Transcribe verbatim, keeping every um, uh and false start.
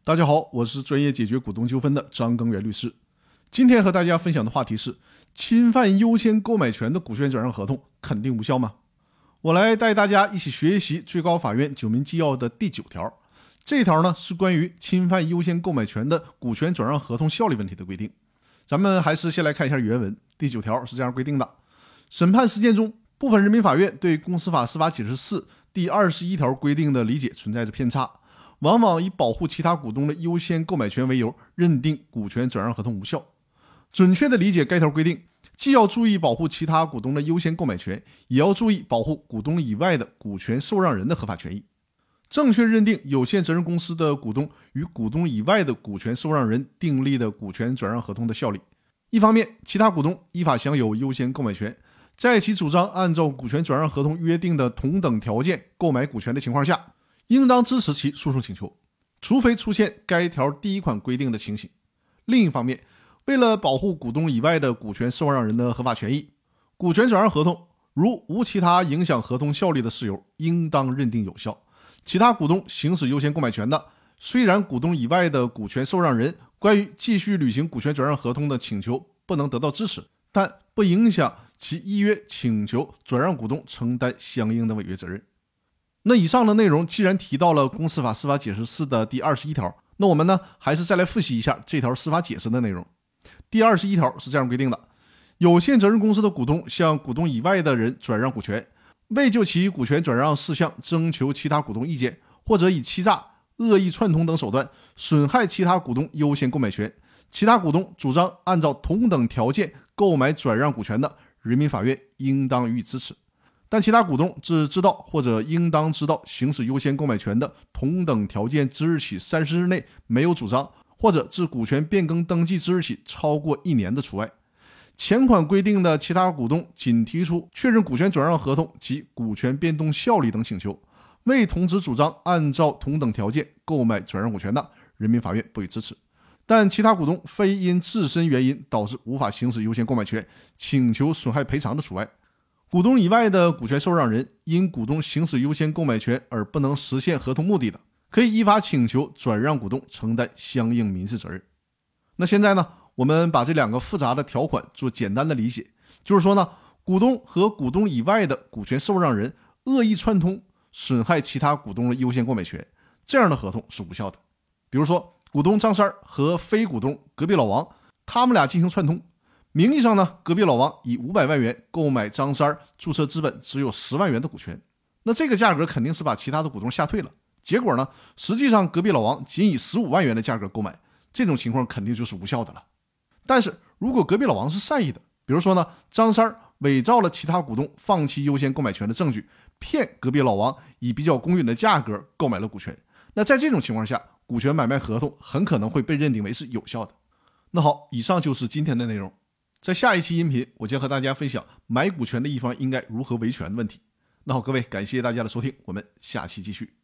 大家好，我是专业解决股东纠纷的张庚元律师。今天和大家分享的话题是：侵犯优先购买权的股权转让合同肯定无效吗？我来带大家一起学习最高法院九民纪要的第九条。这一条呢是关于侵犯优先购买权的股权转让合同效力问题的规定。咱们还是先来看一下原文。第九条是这样规定的：审判实践中，部分人民法院对公司法司法解释四第二十一条规定的理解存在着偏差，往往以保护其他股东的优先购买权为由，认定股权转让合同无效。准确的理解该条规定，既要注意保护其他股东的优先购买权，也要注意保护股东以外的股权受让人的合法权益。正确认定有限责任公司的股东与股东以外的股权受让人订立的股权转让合同的效力。一方面，其他股东依法享有优先购买权，在其主张按照股权转让合同约定的同等条件购买股权的情况下，应当支持其诉讼请求，除非出现该条第一款规定的情形。另一方面，为了保护股东以外的股权受让人的合法权益，股权转让合同如无其他影响合同效力的事由，应当认定有效。其他股东行使优先购买权的，虽然股东以外的股权受让人关于继续履行股权转让合同的请求不能得到支持，但不影响其依约请求转让股东承担相应的违约责任。那以上的内容既然提到了公司法司法解释四的第二十一条，那我们呢还是再来复习一下这条司法解释的内容。第二十一条是这样规定的：有限责任公司的股东向股东以外的人转让股权，未就其股权转让事项征求其他股东意见，或者以欺诈、恶意串通等手段损害其他股东优先购买权，其他股东主张按照同等条件购买转让股权的，人民法院应当予以支持。但其他股东自知道或者应当知道行使优先购买权的同等条件之日起三十日内没有主张，或者自股权变更登记之日起超过一年的除外。前款规定的其他股东仅提出确认股权转让合同及股权变动效力等请求，未同时主张按照同等条件购买转让股权的，人民法院不予支持。但其他股东非因自身原因导致无法行使优先购买权，请求损害赔偿的除外。股东以外的股权受让人因股东行使优先购买权而不能实现合同目的的，可以依法请求转让股东承担相应民事责任。那现在呢，我们把这两个复杂的条款做简单的理解，就是说呢，股东和股东以外的股权受让人恶意串通损害其他股东的优先购买权，这样的合同是无效的。比如说，股东张三和非股东隔壁老王，他们俩进行串通，名义上呢，隔壁老王以五百万元购买张三注册资本只有十万元的股权，那这个价格肯定是把其他的股东吓退了。结果呢，实际上隔壁老王仅以十五万元的价格购买，这种情况肯定就是无效的了。但是如果隔壁老王是善意的，比如说呢，张三伪造了其他股东放弃优先购买权的证据，骗隔壁老王以比较公允的价格购买了股权，那在这种情况下，股权买卖合同很可能会被认定为是有效的。那好，以上就是今天的内容。在下一期音频，我将和大家分享买股权的一方应该如何维权的问题。那好，各位，感谢大家的收听，我们下期继续。